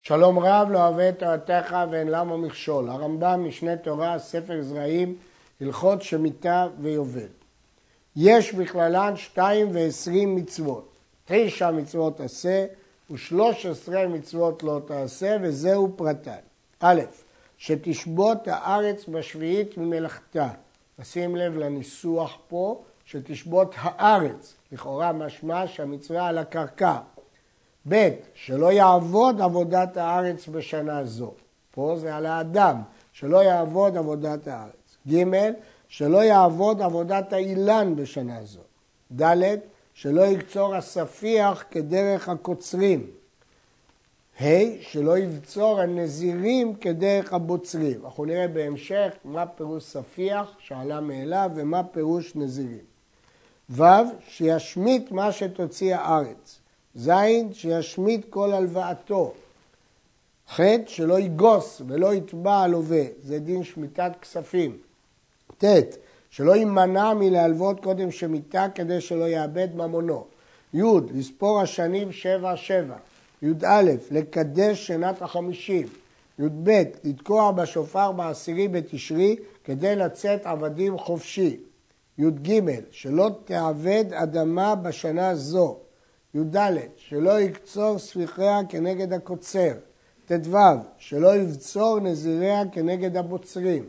שלום רב לא אוהב את תורתך ואין למה מכשול. הרמב"ם משנה תורה, ספר זרעים, הלכות שמיטה ויובל. יש בכללן 22 מצוות. 9 מצוות עשה ו13 מצוות לא תעשה, וזהו פרטן. א', שתשבות הארץ בשביעית ממלאכתה. נשים לב לניסוח פה, שתשבות הארץ. לכאורה משמע שהמצווה על הקרקע. ב', שלא יעבוד עבודת הארץ בשנה זו. פה זה על האדם, שלא יעבוד עבודת הארץ. ג', שלא יעבוד עבודת האילן בשנה זו. ד', שלא יקצור הספיח כדרך הקוצרים. ה', שלא יבצור הנזירים כדרך הבוצרים. אנחנו נראה בהמשך מה פירוש ספיח שעלה מאליו ומה פירוש נזירים. ו', שישמיט מה שתוציא הארץ. ז', שישמיט כל הלוואתו. ח', שלא יגוס ולא יתבע הלווה, זה דין שמיטת כספים. ט', שלא יימנע מלהלוות קודם שמיטה כדי שלא יאבד ממונו. י', לספור השנים 7-7. י"א, לקדש שנת ה50. י"ב, לתקוע בשופר ב10 בתשרי כדי לצאת עבדים חופשי. י"ג, שלא תעבד אדמה בשנה זו. י"ד, שלא יקצור ספיחיה כנגד הקוצר. ט"ו, שלא יבצור נזיריה כנגד הבוצרים.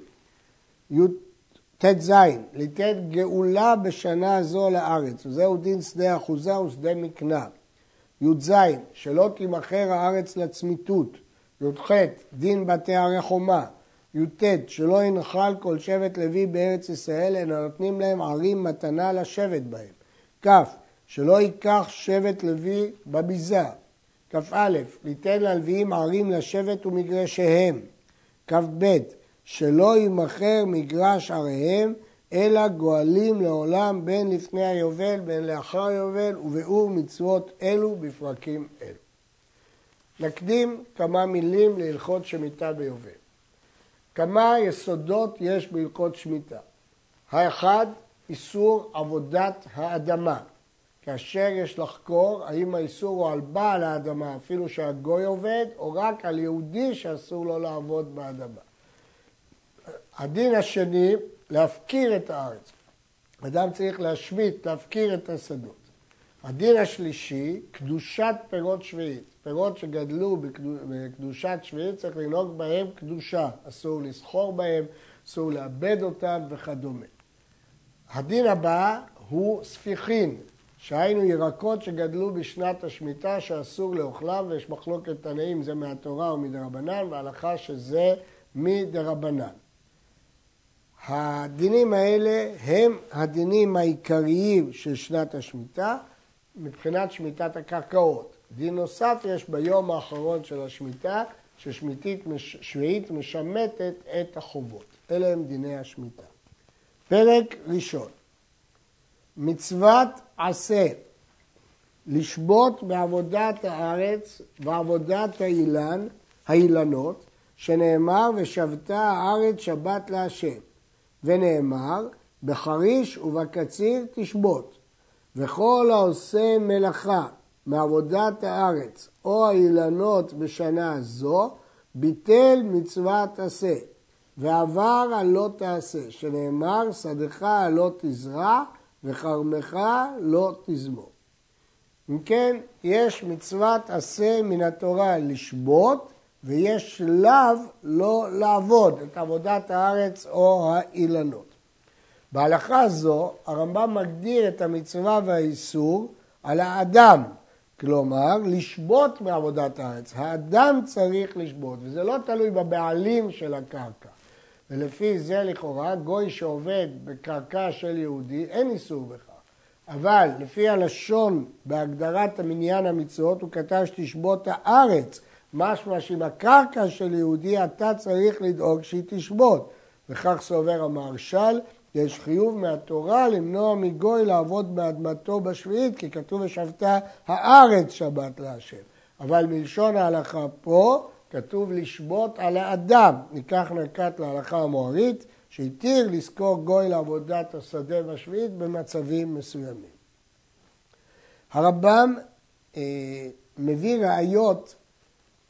ט"ז, ליתן גאולה בשנה זו לארץ, וזהו דין שדה אחוזה ושדה מקנה. י"ז, שלא תימכר הארץ לצמיתות. י"ח, דין בתי ערי חומה. י"ט, שלא ינחל כל שבט לוי בארץ ישראל, אלא נותנים להם ערים מתנה לשבט בהם. כ', שלא ייקח שבט לוי בביזה. כ"א, ליתן ללוויים ערים לשבט ומגרשיהם. כ"ב, שלא ימכר מגרש עריהם, אלא גואלים לעולם בין לפני היובל בין לאחר היובל, וביאור מצוות אלו בפרקים אלו. נקדים כמה מילים להלכות שמיטה ביובל. כמה יסודות יש בהלכות שמיטה. האחד, איסור עבודת האדמה. כאשר יש לחקור האם האיסור הוא על בעל האדמה, אפילו שהגוי עובד, או רק על יהודי שאסור לו לעבוד באדמה. הדין השני, להפקיר את הארץ. אדם צריך להשמיט, להפקיר את השדות. הדין השלישי, קדושת פירות שביעית. פירות שגדלו בקדושת שביעית צריך לנהוג בהם קדושה. אסור לסחור בהם, אסור לאבד אותם וכדומה. הדין הבא הוא ספיחין. שהיינו ירקות שגדלו בשנת השמיטה שאסור לאוכלם, ויש מחלוקת תנאים אם זה מהתורה או מדרבנן, וההלכה שזה מדרבנן. הדינים האלה הם הדינים העיקריים של שנת השמיטה, מבחינת שמיטת הקרקעות. דין נוסף יש ביום האחרון של השמיטה, ששביעית משמטת את החובות. אלה הם דיני השמיטה. פרק ראשון. מצוות עשה, לשבות בעבודת הארץ ועבודת האילנות, שנאמר ושבתה הארץ שבת להשם, ונאמר בחריש ובקציר תשבות, וכל העושה מלאכה מעבודת הארץ או האילנות בשנה זו, ביטל מצוות עשה, ועבר על לא תעשה, שנאמר שדך לא תזרע, וכרמך לא תזמור. אם כן, יש מצוות עשה מן התורה לשבות, ויש לאו לא לעבוד את עבודת הארץ או האילנות. בהלכה זו, הרמב"ם מגדיר את המצווה והאיסור על האדם, כלומר, לשבות מעבודת הארץ. האדם צריך לשבות, וזה לא תלוי בבעלים של הקרקע. ולפי זה לכאורה, גוי שעובד בקרקע של יהודי, אין איסור בכך. אבל לפי הלשון בהגדרת המניין המצוות, הוא כתב שתשבות הארץ. משמע שעם הקרקע של יהודי אתה צריך לדאוג שהיא תשבות. וכך סובר המהרש"ל, יש חיוב מהתורה למנוע מגוי לעבוד באדמתו בשביעית, כי כתוב ושבתה הארץ שבת להשם. אבל מלשון ההלכה פה, כתוב לשבות על האדם. ניקח נקט להלכה המוארית, שהתיר לזכור גוי לעבודת השדה בשביעית במצבים מסוימים. הרמב"ם מביא ראיות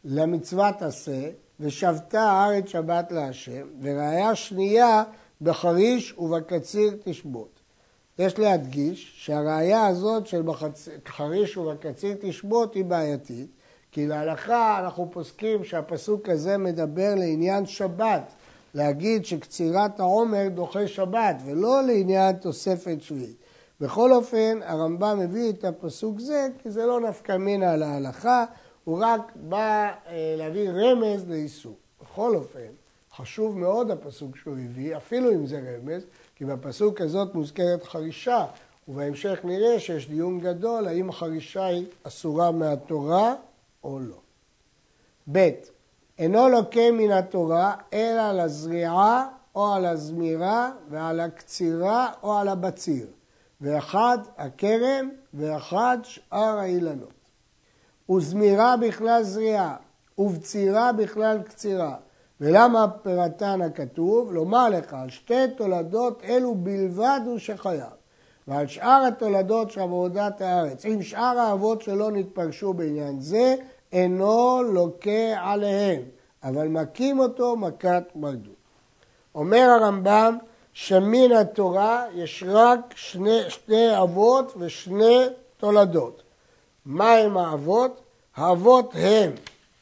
למצוות עשה, ושבתה הארץ שבת להשם, וראיה שנייה בחריש ובקציר תשבות. יש להדגיש שהראיה הזאת של בחריש ובקציר תשבות היא בעייתית, כי להלכה אנחנו פוסקים שהפסוק הזה מדבר לעניין שבת, להגיד שקצירת העומר דוחה שבת, ולא לעניין תוספת שביעית. בכל אופן, הרמב"ם מביא את הפסוק זה, כי זה לא נפקא מינה להלכה, הוא רק בא להביא רמז לאיסור. בכל אופן, חשוב מאוד הפסוק שהוא הביא, אפילו אם זה רמז, כי בפסוק הזאת מוזכרת חרישה, ובהמשך נראה שיש דיון גדול, האם החרישה היא אסורה מהתורה או לא. ב' אינו לוקה מן התורה, אלא על הזריעה או על הזמירה ועל הקצירה או על הבציר, ואחד הכרם ואחד שאר האילנות. וזמירה בכלל זריעה, ובצירה בכלל קצירה. ולמה פירתן הכתוב? לומר לך, על שתי תולדות אלו בלבד הוא שחייב. ועל שאר התולדות של עבודת הארץ, עם שאר האבות שלא נתפרשו בעניין זה, אינו לוקה עליהם, אבל מכים אותו מכת מרדות. אומר הרמב"ם שמן התורה יש רק שני אבות ושני תולדות. מה הם האבות? האבות הם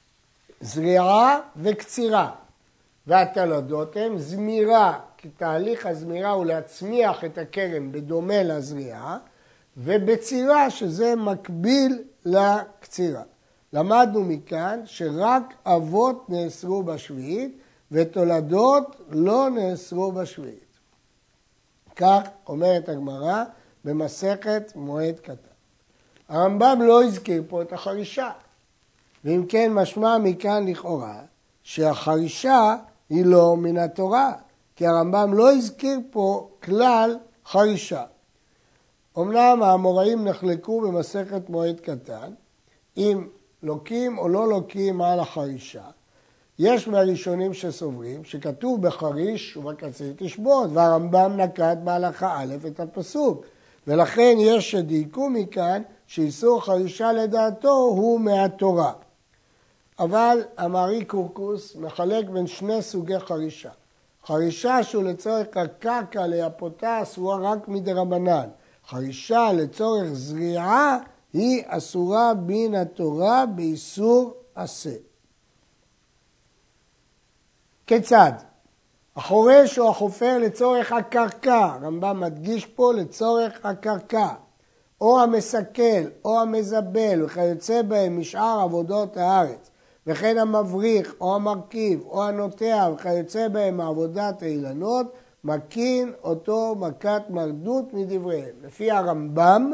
זריעה וקצירה, והתולדות הם זמירה, כי תהליך הזמירה הוא להצמיח את הכרם בדומה לזריעה, ובצירה שזה מקביל לקצירה. למדנו מכאן שרק אבות נאסרו בשביעית, ותולדות לא נאסרו בשביעית. כך אומרת הגמרא במסכת מועד קטן. הרמב"ם לא הזכיר פה את החרישה, ואם כן משמע מכאן לכאורה שהחרישה היא לא מן התורה, כי הרמב"ם לא הזכיר פה כלל חרישה. אמנם האמוראים נחלקו במסכת מועד קטן, אם לוקים או לא לוקים על החרישה. יש מהראשונים שסוברים שכתוב בחריש ובקציר תשבות, והרמב"ם נקט בהלכה א' את הפסוק, ולכן יש שדייקו מכאן שאיסור חרישה לדעתו הוא מהתורה. אבל המארי קורקוס מחלק בין שני סוגי חרישה. חרישה שהוא לצורך הקרקע ליפותה אסורה רק מדרבנן. חרישה לצורך זריעה היא אסורה מן התורה באיסור עשה. כיצד? החורש או החופר לצורך הקרקע, הרמב"ם מדגיש פה לצורך הקרקע, או המסכל או המזבל וכיוצא בהם משאר עבודות הארץ, וכן המבריך או המרכיב או הנוטע וכיוצא בהם מעבודת האילנות, מכין אותו מכת מרדות מדבריהם. לפי הרמב"ם,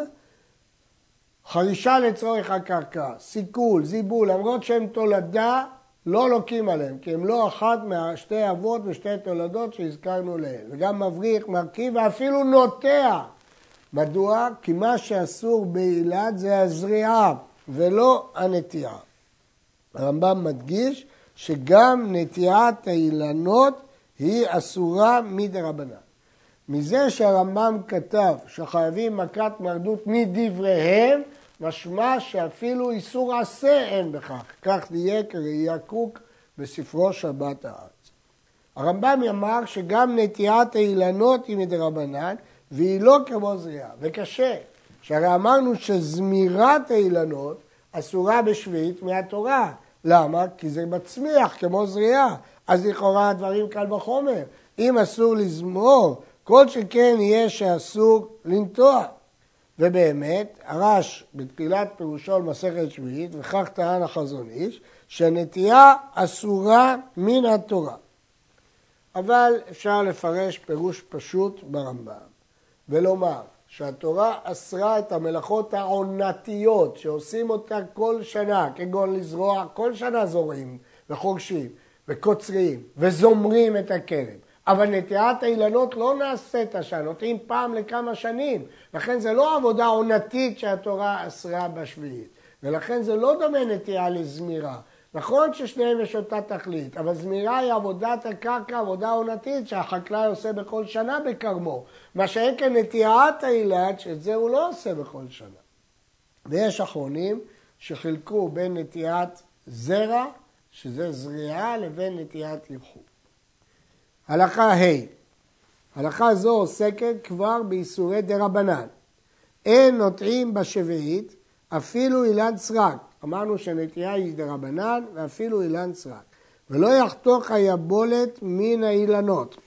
חרישה לצורך הקרקע, סיכול, זיבול, למרות שהם תולדה, לא לוקים עליהם, כי הם לא אחת מהשתי אבות ושתי תולדות שהזכרנו להם. וגם מבריך, מרכיב ואפילו נוטע. מדוע? כי מה שאסור באילת זה הזריעה ולא הנטיעה. הרמב"ם מדגיש שגם נטיעת האילנות היא אסורה מדרבנן. מזה שהרמב"ם כתב שחייבים מכת מרדות מדבריהם, משמע שאפילו איסור עשה אין בכך. כך דייק ראייה קוק בספרו שבת הארץ. הרמב"ם אמר שגם נטיעת האילנות היא מדרבנן, והיא לא כמו זריעה. וקשה, שהרי אמרנו שזמירת האילנות אסורה בשביעית מהתורה. למה? כי זה מצמיח כמו זריעה. אז לכאורה הדברים קל וחומר. אם אסור לזמור, כל שכן יהיה שאסור לנטוע. ובאמת, הרש בתחילת פירושו למסכת שביעית, וכך טען החזון איש, שהנטיעה אסורה מן התורה. אבל אפשר לפרש פירוש פשוט ברמב"ם, ולומר שהתורה אסרה את המלאכות העונתיות, שעושים אותה כל שנה, כגון לזרוע, כל שנה זורעים וחורשים וקוצרים וזומרים את הכרם. אבל נטיעת האילנות לא נעשית השנה, נוטעים פעם לכמה שנים. לכן זה לא עבודה עונתית שהתורה אסרה בשביעית. ולכן זה לא דומה נטיעה לזמירה. נכון ששניהם יש אותה תכלית, אבל זמירה היא עבודת הקרקע, עבודה עונתית שהחקלאי עושה בכל שנה בקרמו. מה שאין כאן נטיעת האילת, שאת זה הוא לא עושה בכל שנה. ויש אחרונים שחילקו בין נטיעת זרע, שזה זריעה, לבין נטיית יבחור. הלכה ה' הלכה זו עוסקת כבר באיסורי דרבנן. אין נוטעים בשביעית אפילו אילן סרק. אמרנו שנטייה היא דרבנן ואפילו אילן סרק. ולא יחתוך היבולת מן האילנות.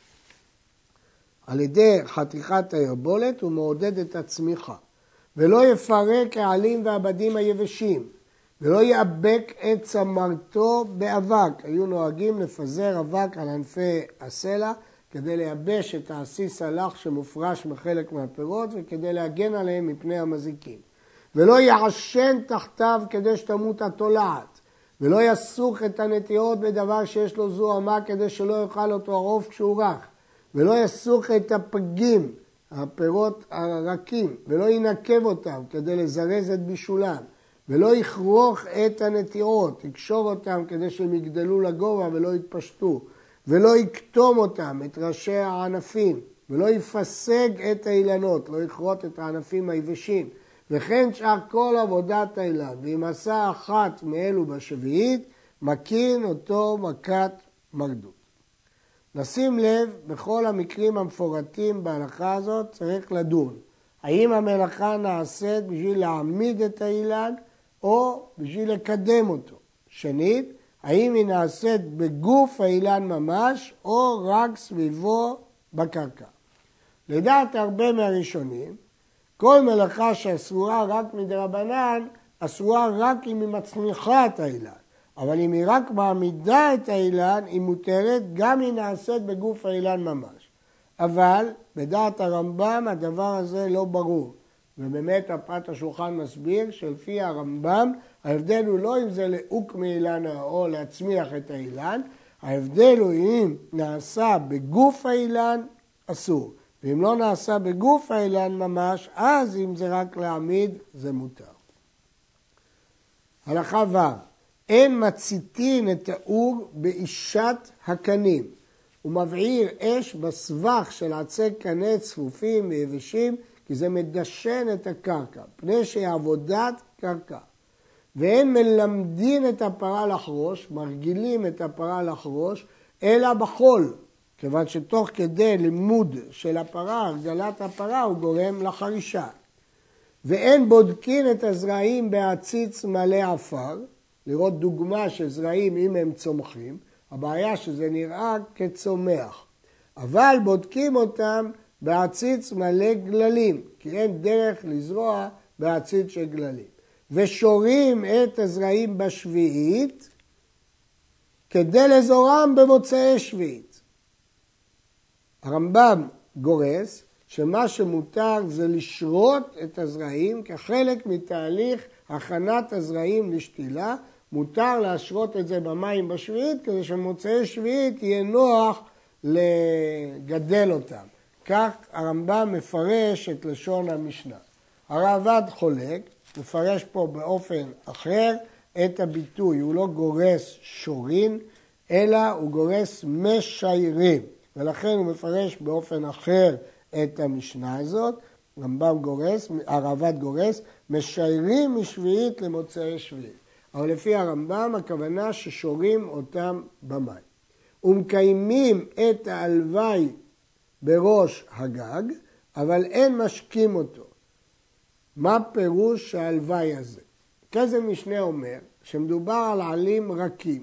על ידי חתיכת היבולת הוא מעודד את הצמיחה. ולא יפרק העלים והבדים היבשים. ולא יאבק את צמרתו באבק. היו נוהגים לפזר אבק על ענפי הסלע כדי לייבש את העסיס הלך שמופרש מחלק מהפירות וכדי להגן עליהם מפני המזיקים. ולא יעשן תחתיו כדי שתמות התולעת. ולא יסוך את הנטיעות בדבר שיש לו זוהמה כדי שלא יאכל אותו העוף כשהוא רך. ולא יסוך את הפגים, הפירות הרכים, ולא ינקב אותם כדי לזרז את בישולם. ולא יכרוך את הנטיעות, יקשור אותם כדי שהם יגדלו לגובה ולא יתפשטו. ולא יקטום אותם, את ראשי הענפים, ולא יפסג את האילנות, לא יכרות את הענפים היבשים. וכן שאר כל עבודת האילן, ואם עשה אחת מאלו בשביעית, מקין אותו מכת מרדות. נשים לב, בכל המקרים המפורטים בהלכה הזאת צריך לדון. האם המלאכה נעשית בשביל להעמיד את האילן, או בשביל לקדם אותו. שנית, האם היא נעשית בגוף האילן ממש, או רק סביבו בקרקע. לדעת הרבה מהראשונים, כל מלאכה שאסורה רק מדרבנן, אסורה רק אם היא מצמיחה את האילן. אבל אם היא רק מעמידה את האילן, היא מותרת גם אם נעשית בגוף האילן ממש. אבל בדעת הרמב"ם הדבר הזה לא ברור. ובאמת הפרת השולחן מסביר שלפי הרמב"ם, ההבדל הוא לא אם זה לעוק מאילן או להצמיח את האילן, ההבדל הוא אם נעשה בגוף האילן, אסור. ואם לא נעשה בגוף האילן ממש, אז אם זה רק להעמיד, זה מותר. הלכה ו' אין מציתין את האור באישת הקנים. הוא מבעיר אש בסבך של עצי קנה צפופים ויבשים, כי זה מדשן את הקרקע, פני שהיא עבודת קרקע. ואין מלמדין את הפרה לחרוש, מרגילים את הפרה לחרוש, אלא בחול, כיוון שתוך כדי לימוד של הפרה, הרגלת הפרה, הוא גורם לחרישה. ואין בודקין את הזרעים בעציץ מלא עפר, לראות דוגמה של זרעים אם הם צומחים, הבעיה שזה נראה כצומח. אבל בודקים אותם בעציץ מלא גללים, כי אין דרך לזרוע בעציץ של גללים. ושורים את הזרעים בשביעית כדי לזורם במוצאי שביעית. הרמב"ם גורס שמה שמותר זה לשרות את הזרעים כחלק מתהליך הכנת הזרעים לשתילה. מותר להשרות את זה במים בשביעית כדי שמוצאי שביעית יהיה נוח לגדל אותם. כך הרמב"ם מפרש את לשון המשנה. הרעב"ד חולק, מפרש פה באופן אחר את הביטוי. הוא לא גורס שורין, אלא הוא גורס משיירים. ולכן הוא מפרש באופן אחר את המשנה הזאת. הרעב"ד גורס, משיירים משביעית למוצאי שביעית. אבל לפי הרמב"ם הכוונה ששורים אותם במים. ומקיימים את ההלוואי בראש הגג, אבל אין משקים אותו. מה פירוש ההלוואי הזה? כזה משנה אומר שמדובר על עלים רכים,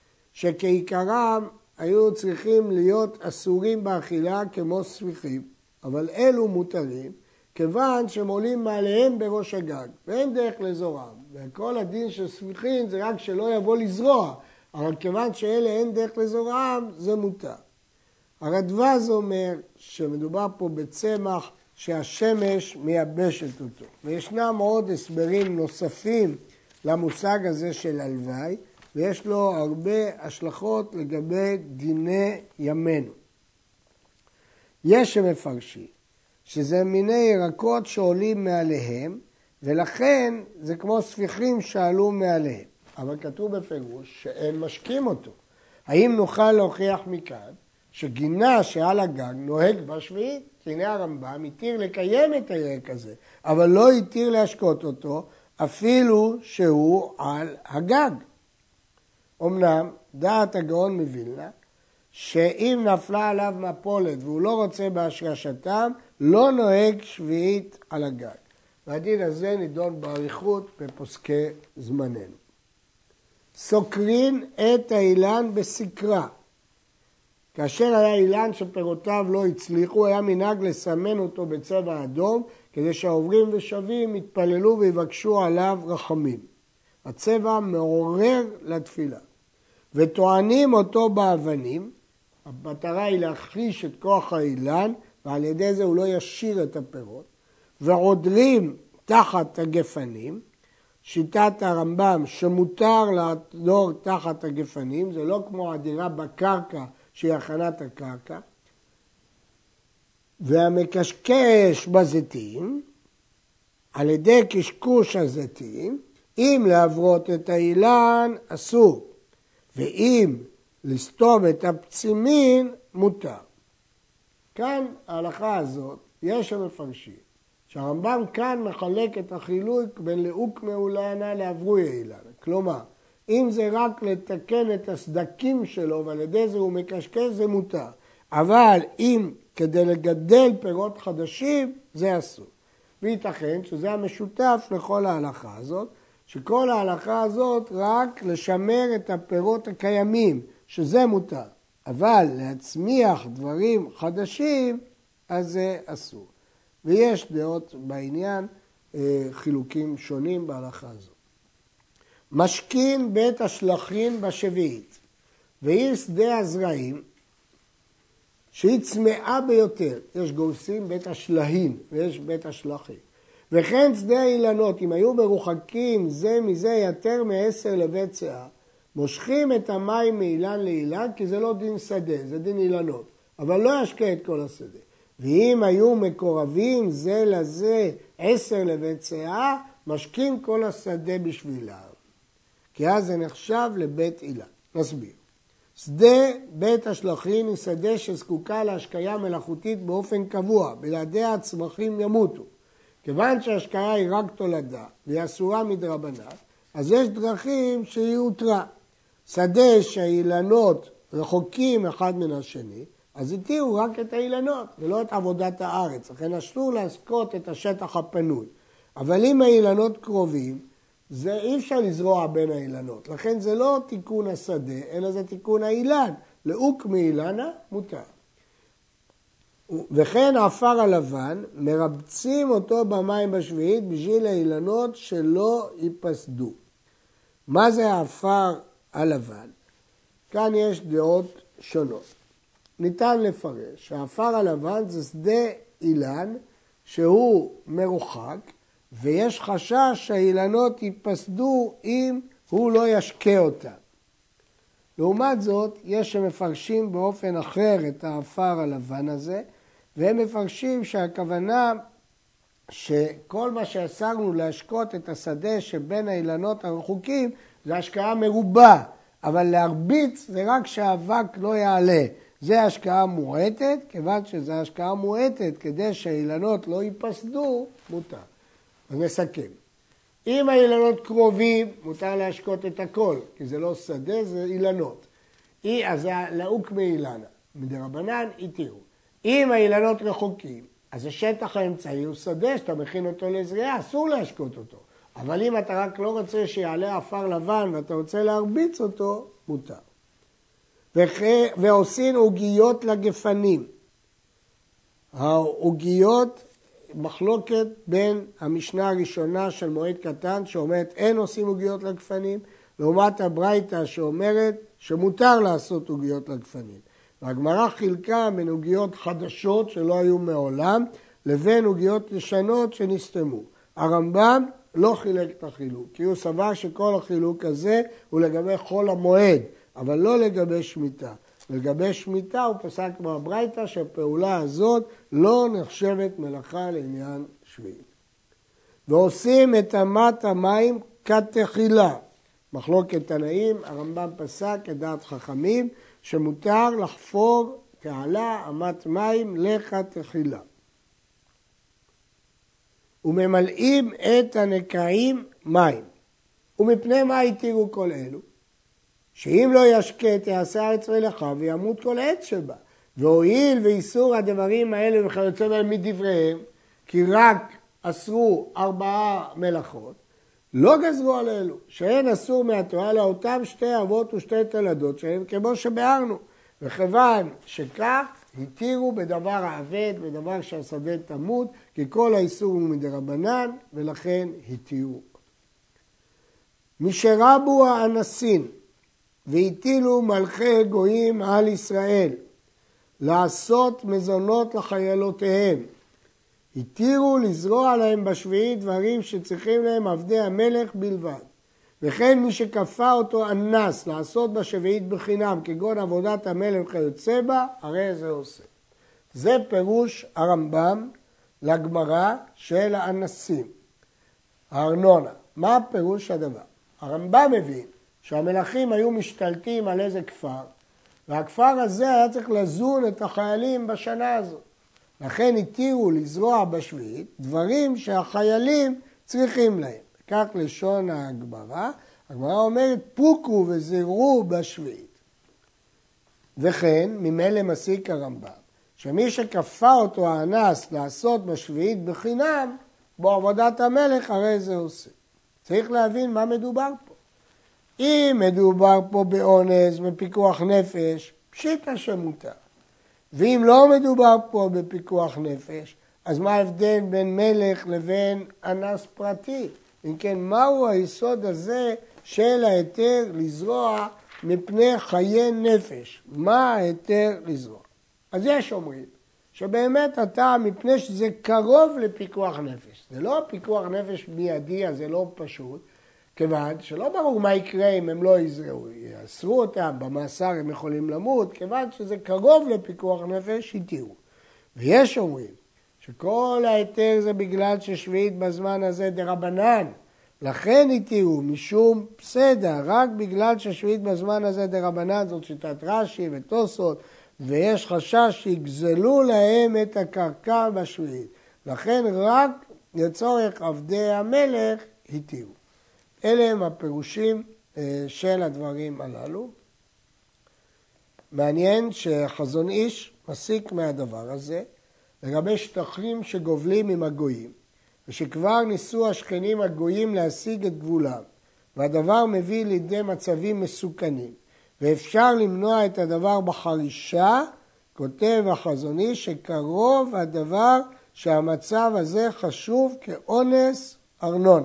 שכעיקרם היו צריכים להיות אסורים באכילה כמו ספיחים, אבל אלו מותרים, כיוון שהם עולים מעליהם בראש הגג, ואין דרך לזורם. וכל הדין של ספיחים זה רק שלא יבוא לזרוע, אבל כיוון שאלה אין דרך לזורם, זה מותר. הרדב"ז אומר שמדובר פה בצמח שהשמש מייבשת אותו. וישנם עוד הסברים נוספים למושג הזה של הלוואי, ויש לו הרבה השלכות לגבי דיני ימינו. יש שמפרשים שזה מיני ירקות שעולים מעליהם, ולכן זה כמו ספיחים שעלו מעליהם. אבל כתוב בפירוש שאין משקים אותו. האם נוכל להוכיח מכאן שגינה שעל הגג נוהג בשביעית? כי הנה הרמב"ם התיר לקיים את הירק הזה, אבל לא התיר להשקות אותו אפילו שהוא על הגג. אמנם דעת הגאון מווילנה, שאם נפלה עליו מפולת והוא לא רוצה בהשרשתם, לא נוהג שביעית על הגג. והדין הזה נידון באריכות בפוסקי זמננו. סוקרין את האילן בסקרה. כאשר היה אילן שפירותיו לא הצליחו, היה מנהג לסמן אותו בצבע אדום, כדי שהעוברים ושבים יתפללו ויבקשו עליו רחמים. הצבע מעורר לתפילה. וטוענים אותו באבנים, המטרה היא להחליש את כוח האילן, ועל ידי זה הוא לא ישיר את הפירות, ועודרים תחת הגפנים, שיטת הרמב"ם שמותר לעדור תחת הגפנים, זה לא כמו עדירה בקרקע שהיא הכנת הקרקע, והמקשקש בזיתים, על ידי קשקוש הזיתים, אם להברות את האילן אסור, ואם לסתום את הפצימין מותר. כאן ההלכה הזאת, יש המפרשים, שהרמב"ם כאן מחלק את החילוק בין לאוק מאולנה לאברוי אילן. כלומר, אם זה רק לתקן את הסדקים שלו ועל ידי זה הוא מקשקש, זה מותר. אבל אם כדי לגדל פירות חדשים, זה אסור. וייתכן שזה המשותף לכל ההלכה הזאת, שכל ההלכה הזאת רק לשמר את הפירות הקיימים, שזה מותר. אבל להצמיח דברים חדשים, אז זה אסור. ויש דעות בעניין, חילוקים שונים בהלכה הזאת. משכין בית השלחין בשביעית, והיא שדה הזרעים, שהיא צמאה ביותר. יש גורסים בית השלהין ויש בית השלחין. וכן שדה האילנות, אם היו מרוחקים זה מזה יותר מ10 לבית שאה, מושכים את המים מאילן לאילן, כי זה לא דין שדה, זה דין אילנות. אבל לא ישקה את כל השדה. ואם היו מקורבים זה לזה 10 לבית שאה, משקים כל השדה בשבילם. כי אז זה נחשב לבית אילן. נסביר. שדה בית השלחין היא שדה שזקוקה להשקיה מלאכותית באופן קבוע, בלעדיה הצמחים ימותו. כיוון שההשקיה היא רק תולדה והיא אסורה מדרבנן, אז יש דרכים שהיא הותרה. שדה שהאילנות רחוקים אחד מן השני, אז התירו רק את האילנות ולא את עבודת הארץ. לכן אסור להשקות את השטח הפנוי. אבל אם האילנות קרובים, זה אי אפשר לזרוע בין האילנות. לכן זה לא תיקון השדה, אלא זה תיקון האילן. לאוק מאילנה מותר. וכן העפר הלבן, מרבצים אותו במים בשביעית בשביל האילנות שלא ייפסדו. מה זה העפר הלבן? כאן יש דעות שונות. ניתן לפרש שהעפר הלבן זה שדה אילן שהוא מרוחק, ויש חשש שהאילנות ייפסדו אם הוא לא ישקה אותם. לעומת זאת, יש שמפרשים באופן אחר את העפר הלבן הזה, והם מפרשים שהכוונה שכל מה שאסרנו להשקות את השדה שבין האילנות הרחוקים זה השקעה מרובה, אבל להרביץ זה רק שהאבק לא יעלה. זה השקעה מועטת, כיוון שזה השקעה מועטת כדי שהאילנות לא ייפסדו, מותר. אז נסכם. אם האילנות קרובים, מותר להשקות את הכל, כי זה לא שדה, זה אילנות. אז זה לאוק מאילנה. מדרבנן התירו. אם האילנות רחוקים, אז השטח האמצעי הוא שדה, שאתה מכין אותו לזריעה, אסור להשקות אותו. אבל אם אתה רק לא רוצה שיעלה עפר לבן ואתה רוצה להרביץ אותו, מותר. ועושים עוגיות לגפנים. העוגיות, מחלוקת בין המשנה הראשונה של מועד קטן, שאומרת אין עושים עוגיות לגפנים, לעומת הברייתא שאומרת שמותר לעשות עוגיות לגפנים. והגמרא חילקה בין עוגיות חדשות שלא היו מעולם, לבין עוגיות ישנות שנסתמו. הרמב"ם לא חילק את החילוק, כי הוא סבר שכל החילוק הזה הוא לגבי חול המועד, אבל לא לגבי שמיטה. ולגבי שמיטה הוא פסק בברייתא שהפעולה הזאת לא נחשבת מלאכה לעניין שביעית. ועושים את אמת המים כתחילה. מחלוקת תנאים, הרמב"ם פסק כדעת חכמים, שמותר לחפור תעלה אמת מים לכתחילה. וממלאים את הנקעים מים. ומפני מה התירו כל אלו? שאם לא ישקט יעשה הארץ מלאכה וימות כל עץ שבה. והואיל ואיסור הדברים האלה וכיוצא בהם מדבריהם, כי רק אסרו 4 מלאכות, לא גזרו על אלו, שאין אסור מהתורה לאותם 2 אבות ו2 תולדות שהם כמו שבארנו. וכיוון שכך, התירו בדבר האבד, בדבר שהשדה תמות, כי כל האיסור הוא מדרבנן, ולכן התירו. משרבו האנסין, והטילו מלכי גויים על ישראל, לעשות מזונות לחיילותיהם. התירו לזרוע להם בשביעית דברים שצריכים להם עבדי המלך בלבד. וכן מי שכפה אותו אנס לעשות בשביעית בחינם, כגון עבודת המלך וכיוצא בה, הרי זה עושה. זה פירוש הרמב"ם לגמרא של האנסים. הארנונה. מה פירוש הדבר? הרמב"ם מבין שהמלכים היו משתלטים על איזה כפר, והכפר הזה היה צריך לזון את החיילים בשנה הזאת. לכן התירו לזרוע בשביעית דברים שהחיילים צריכים להם. כך לשון הגמרא. הגמרא אומרת פוקו וזרעו בשביעית. וכן ממילא מסיק הרמב"ם שמי שכפה אותו האנס לעשות בשביעית בחינם, בו עבודת המלך הרי זה עושה. צריך להבין מה מדובר פה. אם מדובר פה באונס, בפיקוח נפש, פשיטא שמותר. ואם לא מדובר פה בפיקוח נפש, אז מה ההבדל בין מלך לבין אנס פרטי? אם כן, מהו היסוד הזה של ההיתר לזרוע מפני חיי נפש? מה ההיתר לזרוע? אז יש אומרים שבאמת אתה, מפני שזה קרוב לפיקוח נפש. זה לא פיקוח נפש מיידי, אז זה לא פשוט, כיוון שלא ברור מה יקרה אם הם לא יזרעו. יאסרו אותם, במאסר הם יכולים למות, כיוון שזה קרוב לפיקוח נפש, התירו. ויש אומרים שכל ההיתר זה בגלל ששביעית בזמן הזה דרבנן, לכן התירו משום פסדה, רק בגלל ששביעית בזמן הזה דרבנן, זאת שיטת רש"י ותוספות, ויש חשש שיגזלו להם את הקרקע בשביעית. לכן רק לצורך עבדי המלך התירו. אלה הם הפירושים של הדברים הללו. מעניין שחזון איש מסיק מהדבר הזה לגבי שטחים שגובלים עם הגויים, ושכבר ניסו השכנים הגויים להשיג את גבולם, והדבר מביא לידי מצבים מסוכנים, ואפשר למנוע את הדבר בחרישה. כותב החזון איש שקרוב הדבר שהמצב הזה חשוב כאונס ארנונה.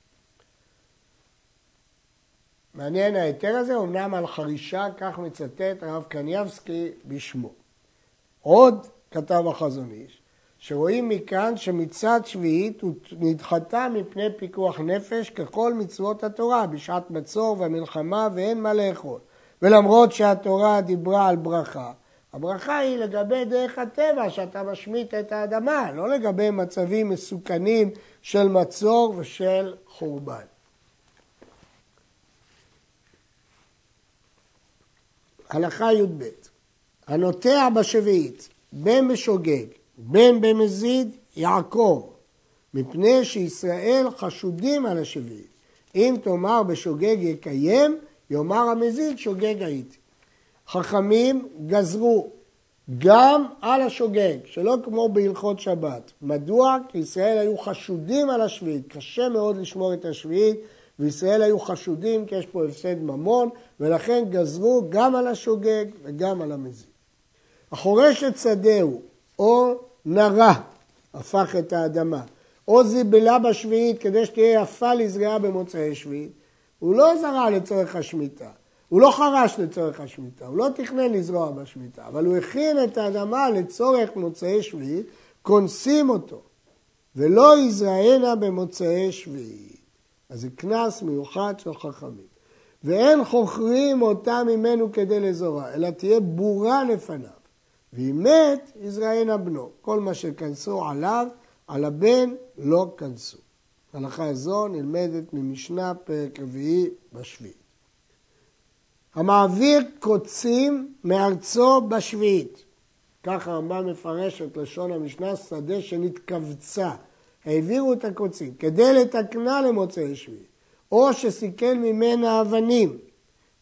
מעניין ההיתר הזה, אמנם על חרישה, כך מצטט הרב קניבסקי בשמו. עוד כתב החזון איש, שרואים מכאן שמצד שביעית הוא נדחתה מפני פיקוח נפש ככל מצוות התורה, בשעת מצור ומלחמה ואין מה לאכול. ולמרות שהתורה דיברה על ברכה, הברכה היא לגבי דרך הטבע שאתה משמיט את האדמה, לא לגבי מצבים מסוכנים של מצור ושל חורבן. הלכה י"ב. הנוטע בשביעית, בין בשוגג, בין במזיד, יעקור, מפני שישראל חשודים על השביעית. אם תאמר בשוגג יקיים, יאמר המזיד שוגג הייתי. חכמים גזרו גם על השוגג, שלא כמו בהלכות שבת. מדוע? כי ישראל היו חשודים על השביעית. קשה מאוד לשמור את השביעית, וישראל היו חשודים כי יש פה הפסד ממון, ולכן גזרו גם על השוגג וגם על המזיד. החורש את שדהו, או נרה, הפך את האדמה, או זיבלה בשביעית כדי שתהיה יפה לזרעה במוצאי שביעית, הוא לא זרע לצורך השמיטה, הוא לא חרש לצורך השמיטה, הוא לא תכנן לזרוע בשמיטה, אבל הוא הכין את האדמה לצורך מוצאי שביעית, כונסים אותו, ולא יזרענה במוצאי שביעית. אז זה כנס מיוחד של חכמים. ואין חוכרים אותה ממנו כדי לזורע, אלא תהיה בורה לפניו. ואם מת, יזרענה בנו. כל מה שכנסו עליו, על הבן לא כנסו. הלכה זו נלמדת ממשנה פרק 4 בשביעית. המעביר קוצים מארצו בשביעית. ככה הרמב"ם מפרש את לשון המשנה, שדה שנתכווצה. העבירו את הקוצים כדי לתקנה למוצאי שביעית, או שסיכל ממנה אבנים,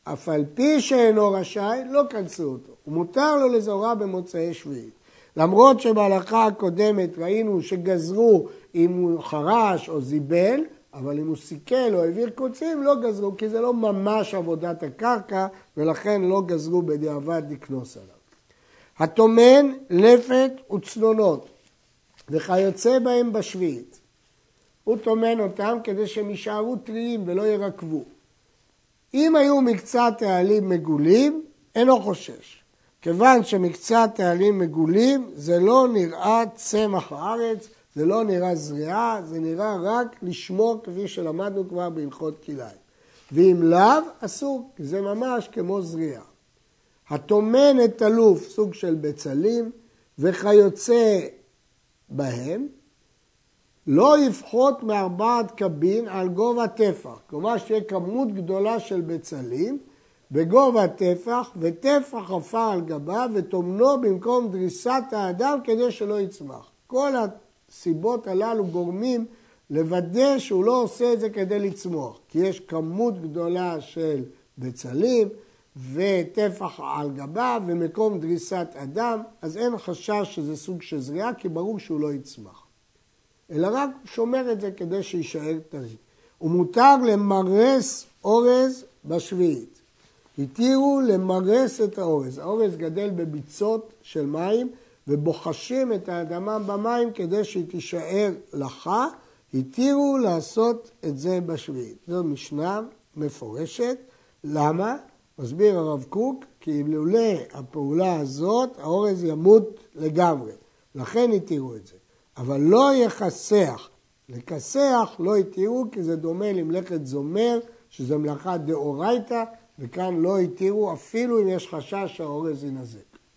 אף על פי שאינו רשאי, לא כנסו אותו. ומותר לו לזרוע במוצאי שביעית. למרות שבהלכה הקודמת ראינו שגזרו אם הוא חרש או זיבל, אבל אם הוא סיכל או העביר קוצים, לא גזרו, כי זה לא ממש עבודת הקרקע, ולכן לא גזרו בדיעבד לקנוס עליו. הטומן, לפת וצנונות, וכיוצא בהם בשביעית. הוא טומן אותם כדי שהם יישארו טריים ולא ירקבו. אם היו מקצת העלים מגולים, אינו חושש. כיוון שמקצת העלים מגולים, זה לא נראה צמח הארץ, זה לא נראה זריעה, זה נראה רק לשמור כפי שלמדנו כבר בהלכות כלאיים. ואם לאו, אסור, כי זה ממש כמו זריעה. הטומן את אלוף, סוג של בצלים, וכיוצא בהם, לא יפחות מ4 קבין על גובה טפח. כלומר שתהיה כמות גדולה של בצלים, בגובה טפח, וטפח עפר על גבה, וטומנו במקום דריסת האדם כדי שלא יצמח. כל הסיבות הללו גורמים לוודא שהוא לא עושה את זה כדי לצמוח. כי יש כמות גדולה של בצלים, וטפח על גבה, ומקום דריסת אדם, אז אין חשש שזה סוג של זריעה, כי ברור שהוא לא יצמח. אלא רק שומר את זה כדי שישאר טרי. ומותר למרס אורז בשביעית. התירו למרס את האורז. האורז גדל בביצות של מים, ובוחשים את האדמה במים כדי שהיא תישאר לחה. התירו לעשות את זה בשביעית. זו משנה מפורשת. למה? מסביר הרב קוק, כי אם לולא הפעולה הזאת, האורז ימות לגמרי. לכן התירו את זה. אבל לא יחסח. לכסח לא התירו, כי זה דומה למלאכת זומר, שזה מלאכה דאורייתא, וכאן לא התירו אפילו אם יש חשש שהאורז ינזק.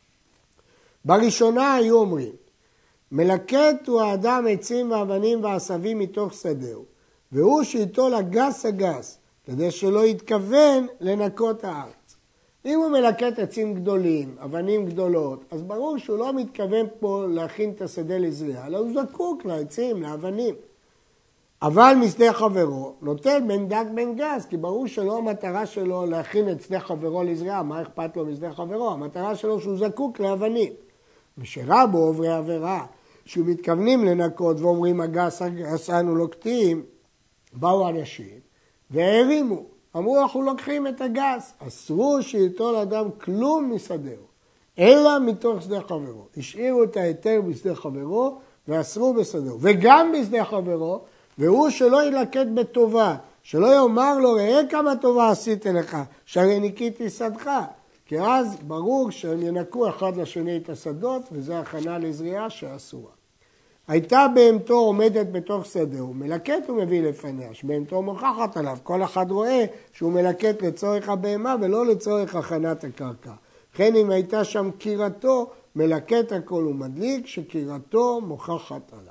בראשונה היו אומרים, מלקט הוא האדם עצים ואבנים ועשבים מתוך שדהו, והוא שאיתו לגס הגס, כדי שלא יתכוון לנקות הארץ. אם הוא מלקט עצים גדולים, אבנים גדולות, אז ברור שהוא לא מתכוון פה להכין את השדה לזריעה, אלא הוא זקוק לעצים, לאבנים. אבל משדה חברו נוטל בין דק בין גס, כי ברור שלא המטרה שלו להכין את שדה חברו לזריעה, מה אכפת לו משדה חברו? המטרה שלו שהוא זקוק לאבנים. ושרבו עוברי עבירה, שהוא מתכוונים לנקות ואומרים הגס אנו לוקטים, באו אנשים והרימו, אמרו אנחנו לוקחים את הגס, אסרו שיטול אדם כלום משדהו, אלא מתוך שדה חברו. השאירו את ההיתר בשדה חברו ואסרו בשדהו, וגם בשדה חברו, והוא שלא ילקט בטובה, שלא יאמר לו ראה כמה טובה עשית לך, שהרי ניקיתי שדך, כי אז ברור שהם ינקו אחד לשני את השדות, וזה הכנה לזריעה שאסורה. הייתה בהמתו עומדת בתוך שדהו, מלקט הוא מביא לפניה, שבהמתו מוכחת עליו, כל אחד רואה שהוא מלקט לצורך הבהמה ולא לצורך הכנת הקרקע. לכן אם הייתה שם קירתו, מלקט הכל ומדליק, שקירתו מוכחת עליו.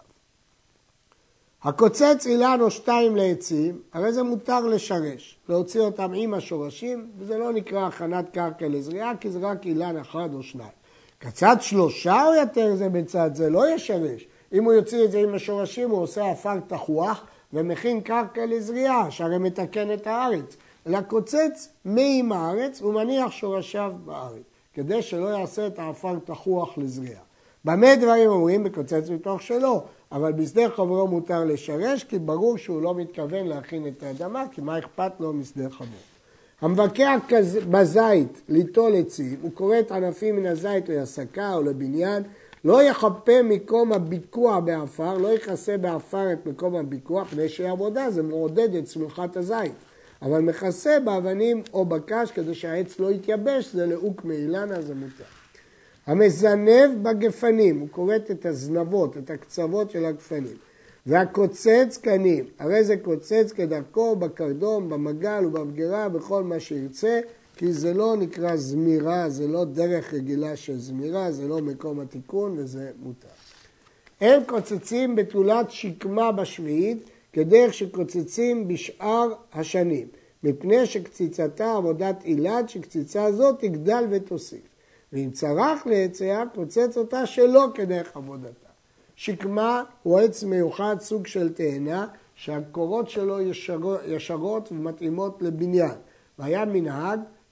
הקוצץ אילן או 2 לעצים, הרי זה מותר לשרש, להוציא אותם עם השורשים, וזה לא נקרא הכנת קרקע לזריעה, כי זה רק אילן 1 או 2. קצת 3 או יותר זה בצד זה, לא ישרש. אם הוא יוציא את זה עם השורשים, הוא עושה אפר תחוח ומכין קרקע לזריעה, שהרי מתקן את הארץ. אלא קוצץ עם הארץ ומניח שורשיו בארץ, כדי שלא יעשה את האפר תחוח לזריעה. במה דברים אומרים? בקוצץ מתוך שלו, אבל בשדה חברו מותר לשרש, כי ברור שהוא לא מתכוון להכין את האדמה, כי מה אכפת לו משדה חברו. המבקע בזית ליטול עצים, הוא כורת ענפים מן הזית להסקה או לבניין, לא יחפה מקום הביקוע באפר, לא יכסה באפר את מקום הביקוע, פני שעבודה זה מעודד את צמיחת הזית. אבל מכסה באבנים או בקש כדי שהעץ לא יתייבש, זה לעוק מאילנה, זה מותר. המזנב בגפנים, הוא כורת את הזנבות, את הקצוות של הגפנים. והקוצץ קנים, הרי זה קוצץ כדרכו בקרדום, במגל ובבגירה, בכל מה שירצה, כי זה לא נקרא זמירה, זה לא דרך רגילה של זמירה, זה לא מקום התיקון וזה מותר. הם קוצצים בתולת שקמה בשביעית, כדרך שקוצצים בשאר השנים, מפני שקציצתה עבודת אילת, שקציצה הזאת תגדל ותוסיף. ואם צרך לעציה, קוצץ אותה שלא כדרך עבודתה. שקמה הוא עץ מיוחד, סוג של תאנה, שהקורות שלו ישרות ומתאימות לבניין. והיה מנהג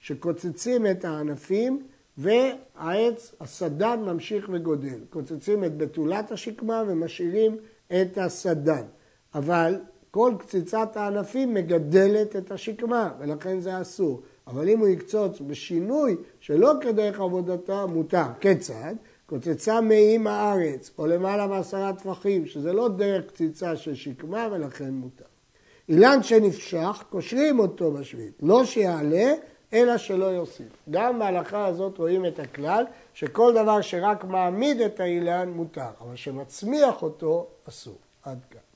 שקוצצים את הענפים והעץ, הסדן ממשיך וגודל. קוצצים את בתולת השקמה ומשאירים את הסדן. אבל כל קציצת הענפים מגדלת את השקמה, ולכן זה אסור. אבל אם הוא יקצוץ בשינוי שלא כדרך עבודתה, מותר. כיצד? קוצצה מעם הארץ, או למעלה מ10 טפחים, שזה לא דרך קציצה של שקמה, ולכן מותר. אילן שנפשך, קושרים אותו בשביעית. לא שיעלה, אלא שלא יוסיף. גם בהלכה הזאת רואים את הכלל, שכל דבר שרק מעמיד את האילן מותר, אבל שמצמיח אותו אסור. עד כאן.